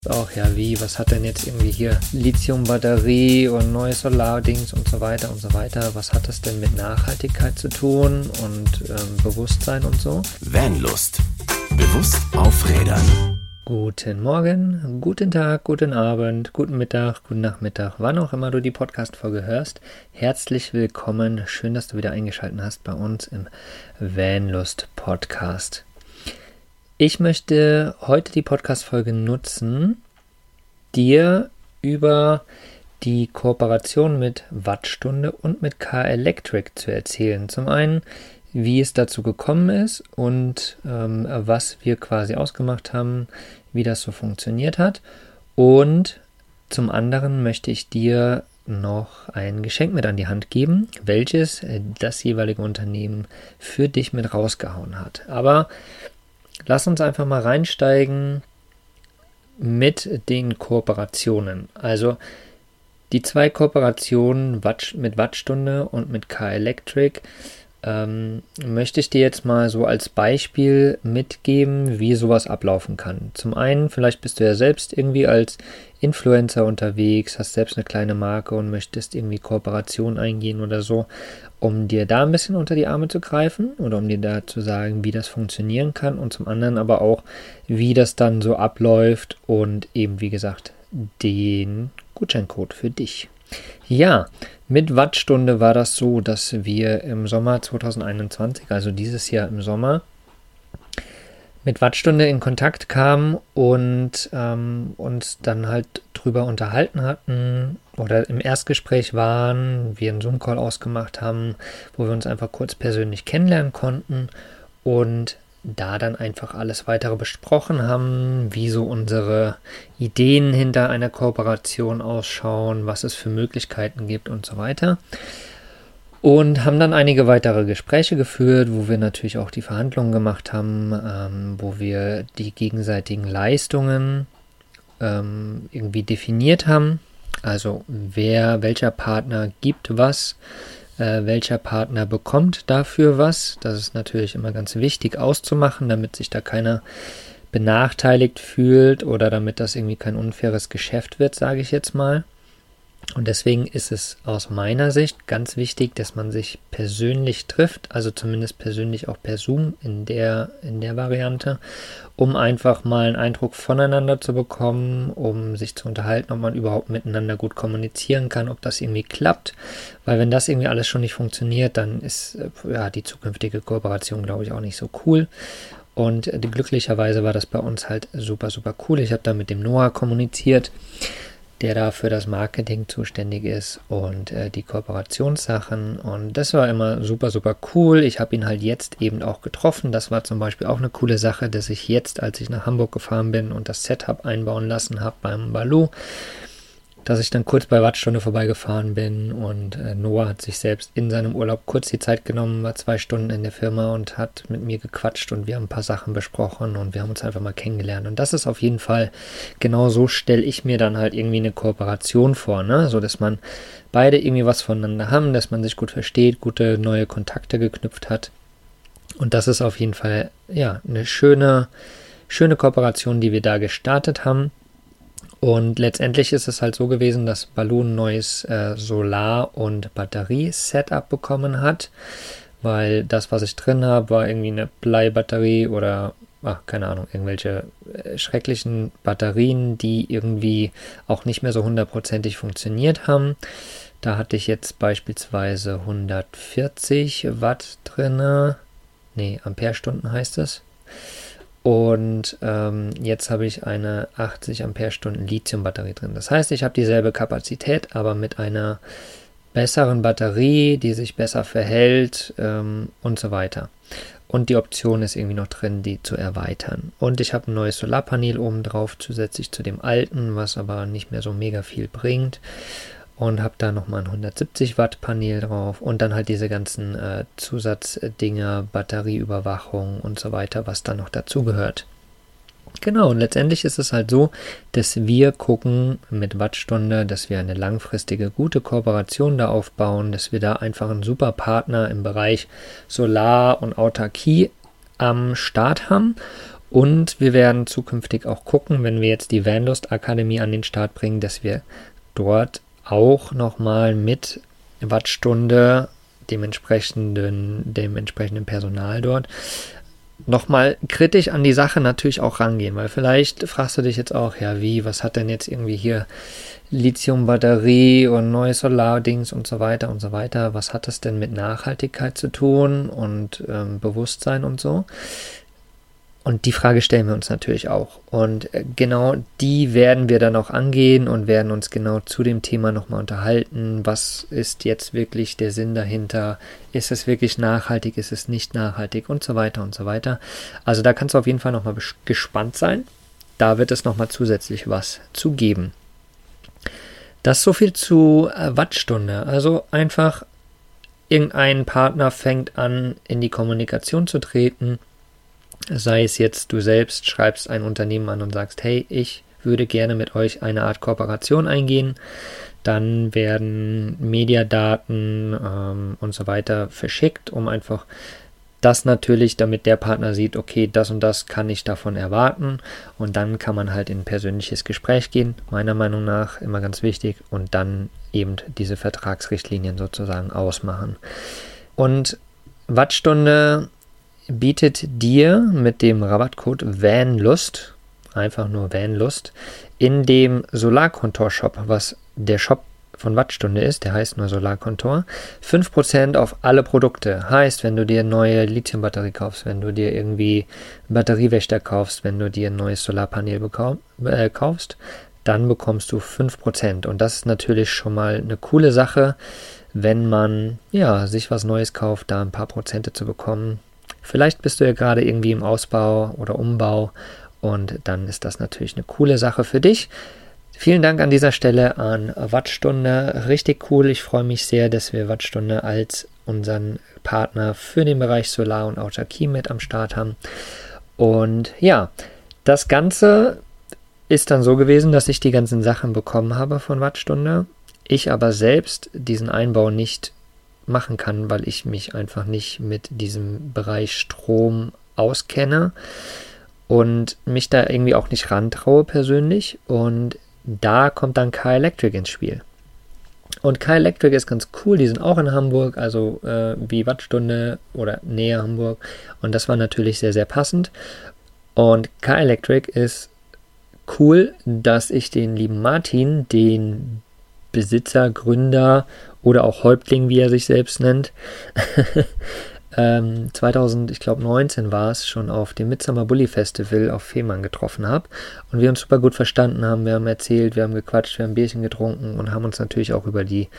Auch ja, was hat denn jetzt irgendwie hier Lithium-Batterie und neues Solardings und so weiter und so weiter. Was hat das denn mit Nachhaltigkeit zu tun und Bewusstsein und so? Vanlust. Bewusst aufrädern. Guten Morgen, guten Tag, guten Abend, guten Mittag, guten Nachmittag, wann auch immer du die Podcast-Folge hörst. Herzlich willkommen, schön, dass du wieder eingeschaltet hast bei uns im Vanlust-Podcast. Ich möchte heute die Podcast-Folge nutzen, dir über die Kooperation mit Wattstunde und mit K-Electric zu erzählen. Zum einen, wie es dazu gekommen ist und was wir quasi ausgemacht haben, wie das so funktioniert hat. Und zum anderen möchte ich dir noch ein Geschenk mit an die Hand geben, welches das jeweilige Unternehmen für dich mit rausgehauen hat. Aber lass uns einfach mal reinsteigen mit den Kooperationen. Also die zwei Kooperationen mit Wattstunde und mit K-Electric möchte ich dir jetzt mal so als Beispiel mitgeben, wie sowas ablaufen kann. Zum einen, vielleicht bist du ja selbst irgendwie als Influencer unterwegs, hast selbst eine kleine Marke und möchtest irgendwie Kooperation eingehen oder so, um dir da ein bisschen unter die Arme zu greifen oder um dir da zu sagen, wie das funktionieren kann, und zum anderen aber auch, wie das dann so abläuft und eben, wie gesagt, den Gutscheincode für dich. Ja, mit Wattstunde war das so, dass wir im Sommer 2021, also dieses Jahr im Sommer, mit Wattstunde in Kontakt kamen und uns dann halt drüber unterhalten hatten oder im Erstgespräch waren, wir einen Zoom-Call ausgemacht haben, wo wir uns einfach kurz persönlich kennenlernen konnten und da dann einfach alles weitere besprochen haben, wie so unsere Ideen hinter einer Kooperation ausschauen, was es für Möglichkeiten gibt und so weiter. Und haben dann einige weitere Gespräche geführt, wo wir natürlich auch die Verhandlungen gemacht haben, wo wir die gegenseitigen Leistungen irgendwie definiert haben. Also welcher Partner gibt was, welcher Partner bekommt dafür was. Das ist natürlich immer ganz wichtig auszumachen, damit sich da keiner benachteiligt fühlt oder damit das irgendwie kein unfaires Geschäft wird, sage ich jetzt mal. Und deswegen ist es aus meiner Sicht ganz wichtig, dass man sich persönlich trifft, also zumindest persönlich auch per Zoom in der Variante, um einfach mal einen Eindruck voneinander zu bekommen, um sich zu unterhalten, ob man überhaupt miteinander gut kommunizieren kann, ob das irgendwie klappt. Weil wenn das irgendwie alles schon nicht funktioniert, dann ist die zukünftige Kooperation, glaube ich, auch nicht so cool. Und glücklicherweise war das bei uns halt super, super cool. Ich habe da mit dem Noah kommuniziert, der da für das Marketing zuständig ist und die Kooperationssachen, und das war immer super, super cool. Ich habe ihn halt jetzt eben auch getroffen. Das war zum Beispiel auch eine coole Sache, dass ich jetzt, als ich nach Hamburg gefahren bin und das Setup einbauen lassen habe beim Balu, dass ich dann kurz bei Wattstunde vorbeigefahren bin, und Noah hat sich selbst in seinem Urlaub kurz die Zeit genommen, war 2 Stunden in der Firma und hat mit mir gequatscht und wir haben ein paar Sachen besprochen und wir haben uns einfach mal kennengelernt. Und das ist auf jeden Fall, genau so stelle ich mir dann halt irgendwie eine Kooperation vor, ne? So, dass man beide irgendwie was voneinander haben, dass man sich gut versteht, gute neue Kontakte geknüpft hat. Und das ist auf jeden Fall, ja, eine schöne Kooperation, die wir da gestartet haben. Und letztendlich ist es halt so gewesen, dass Balu ein neues Solar- und Batterie-Setup bekommen hat, weil das, was ich drin habe, war irgendwie eine Bleibatterie oder, keine Ahnung, irgendwelche schrecklichen Batterien, die irgendwie auch nicht mehr so hundertprozentig funktioniert haben. Da hatte ich jetzt beispielsweise 140 Watt drin, Amperestunden heißt es. Und jetzt habe ich eine 80 Ampere-Stunden Lithium-Batterie drin. Das heißt, ich habe dieselbe Kapazität, aber mit einer besseren Batterie, die sich besser verhält und so weiter. Und die Option ist irgendwie noch drin, die zu erweitern. Und ich habe ein neues Solarpanel oben drauf, zusätzlich zu dem alten, was aber nicht mehr so mega viel bringt. Und habe da nochmal ein 170 Watt Panel drauf und dann halt diese ganzen Zusatzdinger, Batterieüberwachung und so weiter, was da noch dazugehört. Genau, und letztendlich ist es halt so, dass wir gucken mit Wattstunde, dass wir eine langfristige, gute Kooperation da aufbauen, dass wir da einfach einen super Partner im Bereich Solar und Autarkie am Start haben Und wir werden zukünftig auch gucken, wenn wir jetzt die Vanlust Akademie an den Start bringen, dass wir dort auch nochmal mit Wattstunde, dem entsprechenden Personal dort, nochmal kritisch an die Sache natürlich auch rangehen, weil vielleicht fragst du dich jetzt auch, ja was hat denn jetzt irgendwie hier Lithium-Batterie und neue Solardings und so weiter, was hat das denn mit Nachhaltigkeit zu tun und Bewusstsein und so? Und die Frage stellen wir uns natürlich auch. Und genau die werden wir dann auch angehen und werden uns genau zu dem Thema nochmal unterhalten. Was ist jetzt wirklich der Sinn dahinter? Ist es wirklich nachhaltig? Ist es nicht nachhaltig? Und so weiter und so weiter. Also da kannst du auf jeden Fall nochmal gespannt sein. Da wird es nochmal zusätzlich was zu geben. Das so viel zu Wattstunde. Also einfach irgendein Partner fängt an, in die Kommunikation zu treten. Sei es jetzt, du selbst schreibst ein Unternehmen an und sagst, hey, ich würde gerne mit euch eine Art Kooperation eingehen. Dann werden Mediadaten und so weiter verschickt, um einfach das natürlich, damit der Partner sieht, okay, das und das kann ich davon erwarten. Und dann kann man halt in ein persönliches Gespräch gehen, meiner Meinung nach immer ganz wichtig. Und dann eben diese Vertragsrichtlinien sozusagen ausmachen. Und Wattstunde bietet dir mit dem Rabattcode VANLUST, einfach nur VANLUST, in dem Solarkontor-Shop, was der Shop von Wattstunde ist, der heißt nur Solarkontor, 5% auf alle Produkte. Heißt, wenn du dir eine neue Lithium-Batterie kaufst, wenn du dir irgendwie Batteriewächter kaufst, wenn du dir ein neues Solarpanel kaufst, dann bekommst du 5%. Und das ist natürlich schon mal eine coole Sache, wenn man sich was Neues kauft, da ein paar Prozente zu bekommen. Vielleicht bist du ja gerade irgendwie im Ausbau oder Umbau und dann ist das natürlich eine coole Sache für dich. Vielen Dank an dieser Stelle an Wattstunde. Richtig cool. Ich freue mich sehr, dass wir Wattstunde als unseren Partner für den Bereich Solar und Autarkie mit am Start haben. Und ja, das Ganze ist dann so gewesen, dass ich die ganzen Sachen bekommen habe von Wattstunde. Ich aber selbst diesen Einbau nicht machen kann, weil ich mich einfach nicht mit diesem Bereich Strom auskenne und mich da irgendwie auch nicht rantraue persönlich. Und da kommt dann Car Electric ins Spiel. Und Car Electric ist ganz cool, die sind auch in Hamburg, also wie Wattstunde oder näher Hamburg. Und das war natürlich sehr, sehr passend. Und Car Electric ist cool, dass ich den lieben Martin, den Besitzer, Gründer oder auch Häuptling, wie er sich selbst nennt, 2019 war es, schon auf dem Midsummer Bully Festival auf Fehmarn getroffen habe und wir uns super gut verstanden haben. Wir haben erzählt, wir haben gequatscht, wir haben ein Bierchen getrunken und haben uns natürlich auch über die,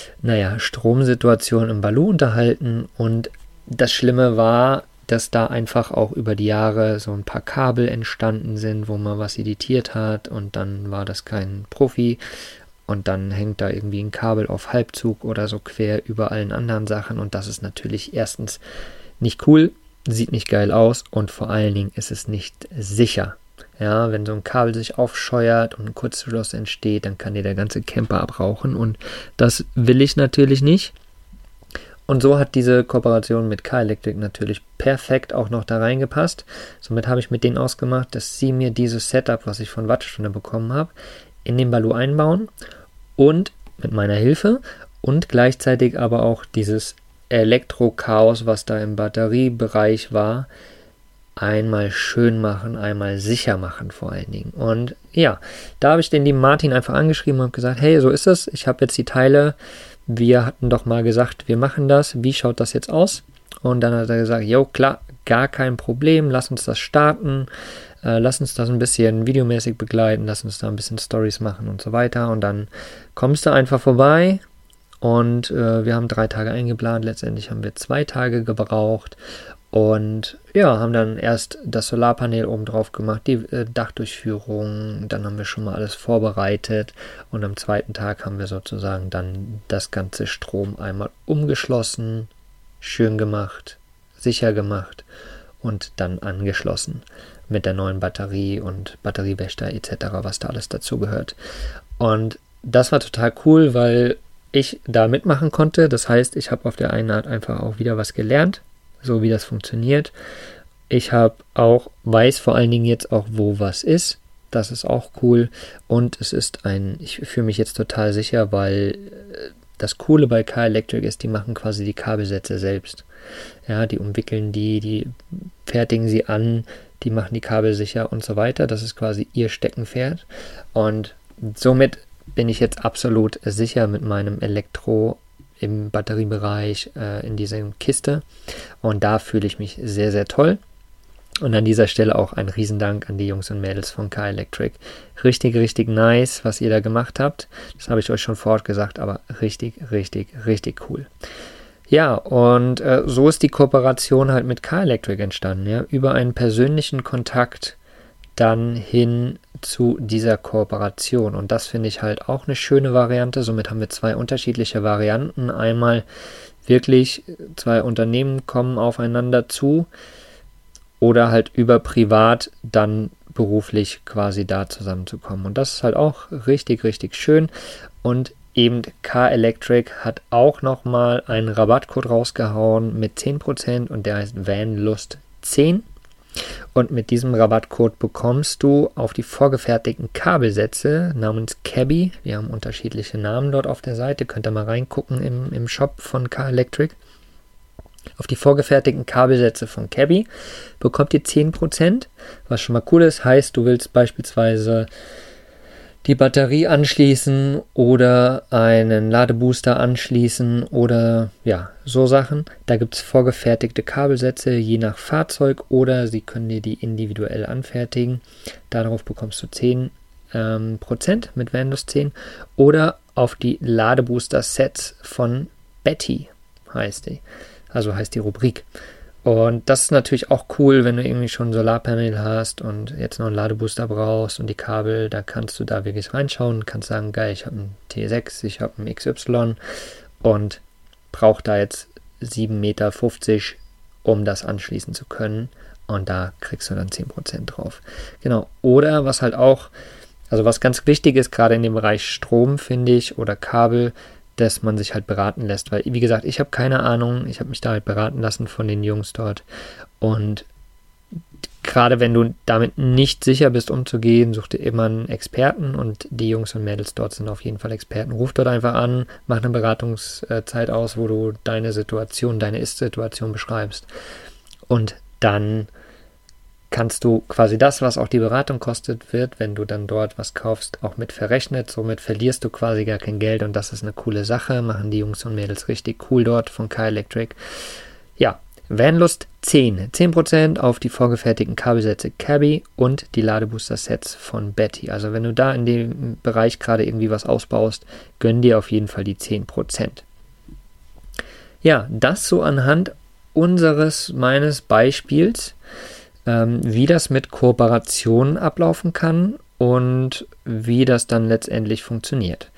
Stromsituation im Balu unterhalten. Und das Schlimme war, dass da einfach auch über die Jahre so ein paar Kabel entstanden sind, wo man was editiert hat und dann war das kein Profi. Und dann hängt da irgendwie ein Kabel auf Halbzug oder so quer über allen anderen Sachen. Und das ist natürlich erstens nicht cool, sieht nicht geil aus und vor allen Dingen ist es nicht sicher. Ja, wenn so ein Kabel sich aufscheuert und ein Kurzschluss entsteht, dann kann dir der ganze Camper abrauchen. Und das will ich natürlich nicht. Und so hat diese Kooperation mit Car Electric natürlich perfekt auch noch da reingepasst. Somit habe ich mit denen ausgemacht, dass sie mir dieses Setup, was ich von Wattstunde bekommen habe, in den Balu einbauen und mit meiner Hilfe und gleichzeitig aber auch dieses Elektro-Chaos, was da im Batteriebereich war, einmal schön machen, einmal sicher machen vor allen Dingen. Und ja, da habe ich den lieben Martin einfach angeschrieben und gesagt, hey, so ist es, ich habe jetzt die Teile, wir hatten doch mal gesagt, wir machen das, wie schaut das jetzt aus? Und dann hat er gesagt, jo klar, gar kein Problem, lass uns das starten. Lass uns das ein bisschen videomäßig begleiten, lass uns da ein bisschen Stories machen und so weiter. Und dann kommst du einfach vorbei und wir haben 3 Tage eingeplant. Letztendlich haben wir 2 Tage gebraucht und haben dann erst das Solarpanel oben drauf gemacht, die Dachdurchführung. Dann haben wir schon mal alles vorbereitet und am 2. Tag haben wir sozusagen dann das ganze Strom einmal umgeschlossen, schön gemacht, sicher gemacht und dann angeschlossen mit der neuen Batterie und Batteriewächter etc., was da alles dazu gehört. Und das war total cool, weil ich da mitmachen konnte. Das heißt, ich habe auf der einen Art einfach auch wieder was gelernt, so wie das funktioniert. Ich weiß vor allen Dingen jetzt auch, wo was ist. Das ist auch cool. Und ich fühle mich jetzt total sicher, weil das Coole bei Car Electric ist, die machen quasi die Kabelsätze selbst. Ja, die umwickeln die fertigen sie an, die machen die Kabel sicher und so weiter. Das ist quasi ihr Steckenpferd. Und somit bin ich jetzt absolut sicher mit meinem Elektro im Batteriebereich in dieser Kiste. Und da fühle ich mich sehr, sehr toll. Und an dieser Stelle auch ein Riesendank an die Jungs und Mädels von Car Electric. Richtig, richtig nice, was ihr da gemacht habt. Das habe ich euch schon vorher gesagt, aber richtig, richtig, richtig cool. Ja, und so ist die Kooperation halt mit Car Electric entstanden. Ja? Über einen persönlichen Kontakt dann hin zu dieser Kooperation. Und das finde ich halt auch eine schöne Variante. Somit haben wir 2 unterschiedliche Varianten. Einmal wirklich 2 Unternehmen kommen aufeinander zu oder halt über privat dann beruflich quasi da zusammenzukommen. Und das ist halt auch richtig, richtig schön. Und eben Car Electric hat auch nochmal einen Rabattcode rausgehauen mit 10% und der heißt VANLUST10. Und mit diesem Rabattcode bekommst du auf die vorgefertigten Kabelsätze namens Cabby, wir haben unterschiedliche Namen dort auf der Seite, könnt ihr mal reingucken im Shop von Car Electric. Auf die vorgefertigten Kabelsätze von Cabby bekommt ihr 10%, was schon mal cool ist. Heißt, du willst beispielsweise die Batterie anschließen oder einen Ladebooster anschließen oder ja, so Sachen. Da gibt es vorgefertigte Kabelsätze je nach Fahrzeug oder sie können dir die individuell anfertigen. Darauf bekommst du 10% mit VANLUST10 oder auf die Ladebooster-Sets von Betty heißt die. Also heißt die Rubrik. Und das ist natürlich auch cool, wenn du irgendwie schon ein Solarpanel hast und jetzt noch einen Ladebooster brauchst und die Kabel, da kannst du da wirklich reinschauen, kannst sagen, geil, ich habe einen T6, ich habe einen XY und brauche da jetzt 7,50 Meter, um das anschließen zu können. Und da kriegst du dann 10% drauf. Genau. Oder was halt auch, also was ganz wichtig ist, gerade in dem Bereich Strom, finde ich, oder Kabel, dass man sich halt beraten lässt, weil, wie gesagt, ich habe keine Ahnung, ich habe mich da halt beraten lassen von den Jungs dort und gerade wenn du damit nicht sicher bist umzugehen, such dir immer einen Experten und die Jungs und Mädels dort sind auf jeden Fall Experten. Ruf dort einfach an, mach eine Beratungszeit aus, wo du deine Ist-Situation beschreibst und dann kannst du quasi das, was auch die Beratung kostet, wenn du dann dort was kaufst, auch mit verrechnet. Somit verlierst du quasi gar kein Geld und das ist eine coole Sache. Machen die Jungs und Mädels richtig cool dort von Car Electric. Ja, VANLUST10. 10% auf die vorgefertigten Kabelsätze Cabby und die Ladebooster-Sets von Betty. Also wenn du da in dem Bereich gerade irgendwie was ausbaust, gönn dir auf jeden Fall die 10%. Ja, das so anhand meines Beispiels, wie das mit Kooperationen ablaufen kann und wie das dann letztendlich funktioniert.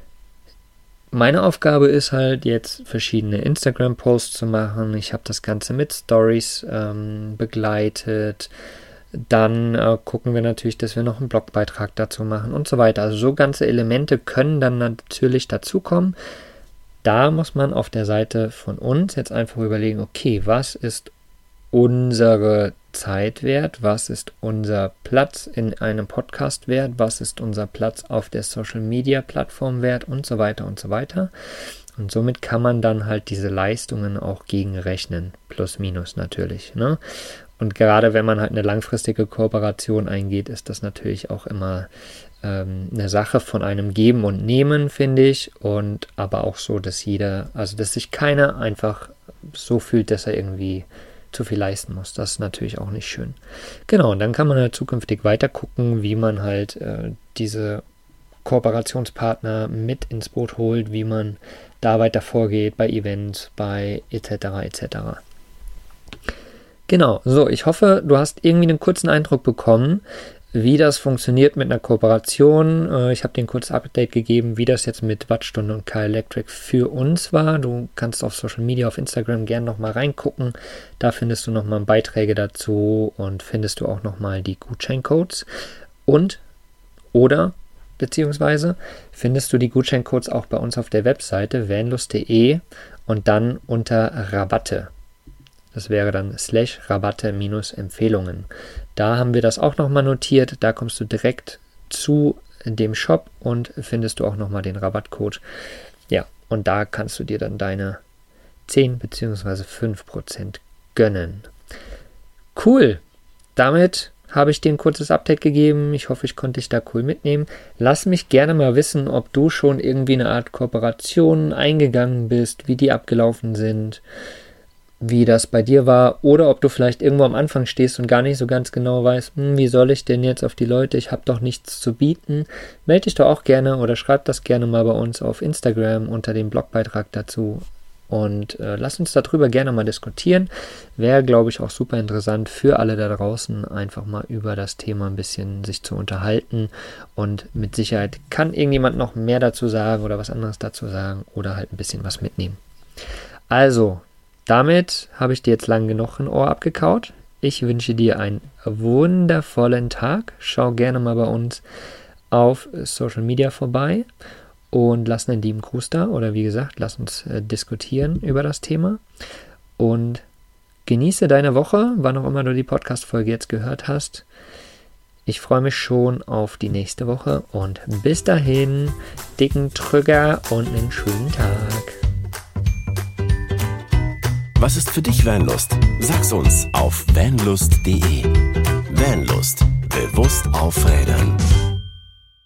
Meine Aufgabe ist halt jetzt verschiedene Instagram-Posts zu machen. Ich habe das Ganze mit Stories begleitet. Dann gucken wir natürlich, dass wir noch einen Blogbeitrag dazu machen und so weiter. Also so ganze Elemente können dann natürlich dazukommen. Da muss man auf der Seite von uns jetzt einfach überlegen, okay, was ist unsere Zeit wert, was ist unser Platz in einem Podcast wert, was ist unser Platz auf der Social Media Plattform wert und so weiter und so weiter. Und somit kann man dann halt diese Leistungen auch gegenrechnen, plus minus natürlich, ne? Und gerade wenn man halt eine langfristige Kooperation eingeht, ist das natürlich auch immer eine Sache von einem Geben und Nehmen, finde ich, und aber auch so, dass sich keiner einfach so fühlt, dass er irgendwie zu viel leisten muss. Das ist natürlich auch nicht schön. Genau, und dann kann man halt zukünftig weiter gucken, wie man halt diese Kooperationspartner mit ins Boot holt, wie man da weiter vorgeht bei Events, bei etc. etc. Genau, so, ich hoffe, du hast irgendwie einen kurzen Eindruck bekommen, wie das funktioniert mit einer Kooperation. Ich habe dir ein kurzes Update gegeben, wie das jetzt mit Wattstunde und Car Electric für uns war. Du kannst auf Social Media, auf Instagram gerne nochmal reingucken. Da findest du nochmal Beiträge dazu und findest du auch nochmal die Gutscheincodes. Beziehungsweise findest du die Gutscheincodes auch bei uns auf der Webseite vanlust.de und dann unter Rabatte. Das wäre dann /Rabatte-Empfehlungen. Da haben wir das auch nochmal notiert. Da kommst du direkt zu dem Shop und findest du auch nochmal den Rabattcode. Ja, und da kannst du dir dann deine 10 bzw. 5% gönnen. Cool. Damit habe ich dir ein kurzes Update gegeben. Ich hoffe, ich konnte dich da cool mitnehmen. Lass mich gerne mal wissen, ob du schon irgendwie eine Art Kooperation eingegangen bist, wie die abgelaufen sind, wie das bei dir war, oder ob du vielleicht irgendwo am Anfang stehst und gar nicht so ganz genau weißt, wie soll ich denn jetzt auf die Leute, ich habe doch nichts zu bieten. Melde dich doch auch gerne oder schreib das gerne mal bei uns auf Instagram unter dem Blogbeitrag dazu und lass uns darüber gerne mal diskutieren. Wäre, glaube ich, auch super interessant für alle da draußen, einfach mal über das Thema ein bisschen sich zu unterhalten, und mit Sicherheit kann irgendjemand noch mehr dazu sagen oder was anderes dazu sagen oder halt ein bisschen was mitnehmen. Also, damit habe ich dir jetzt lang genug ein Ohr abgekaut. Ich wünsche dir einen wundervollen Tag. Schau gerne mal bei uns auf Social Media vorbei und lass einen lieben Gruß da. Oder wie gesagt, lass uns diskutieren über das Thema. Und genieße deine Woche, wann auch immer du die Podcast-Folge jetzt gehört hast. Ich freue mich schon auf die nächste Woche und bis dahin, dicken Drücker und einen schönen Tag. Was ist für dich Vanlust? Sag's uns auf vanlust.de. Vanlust. Bewusst aufrädern.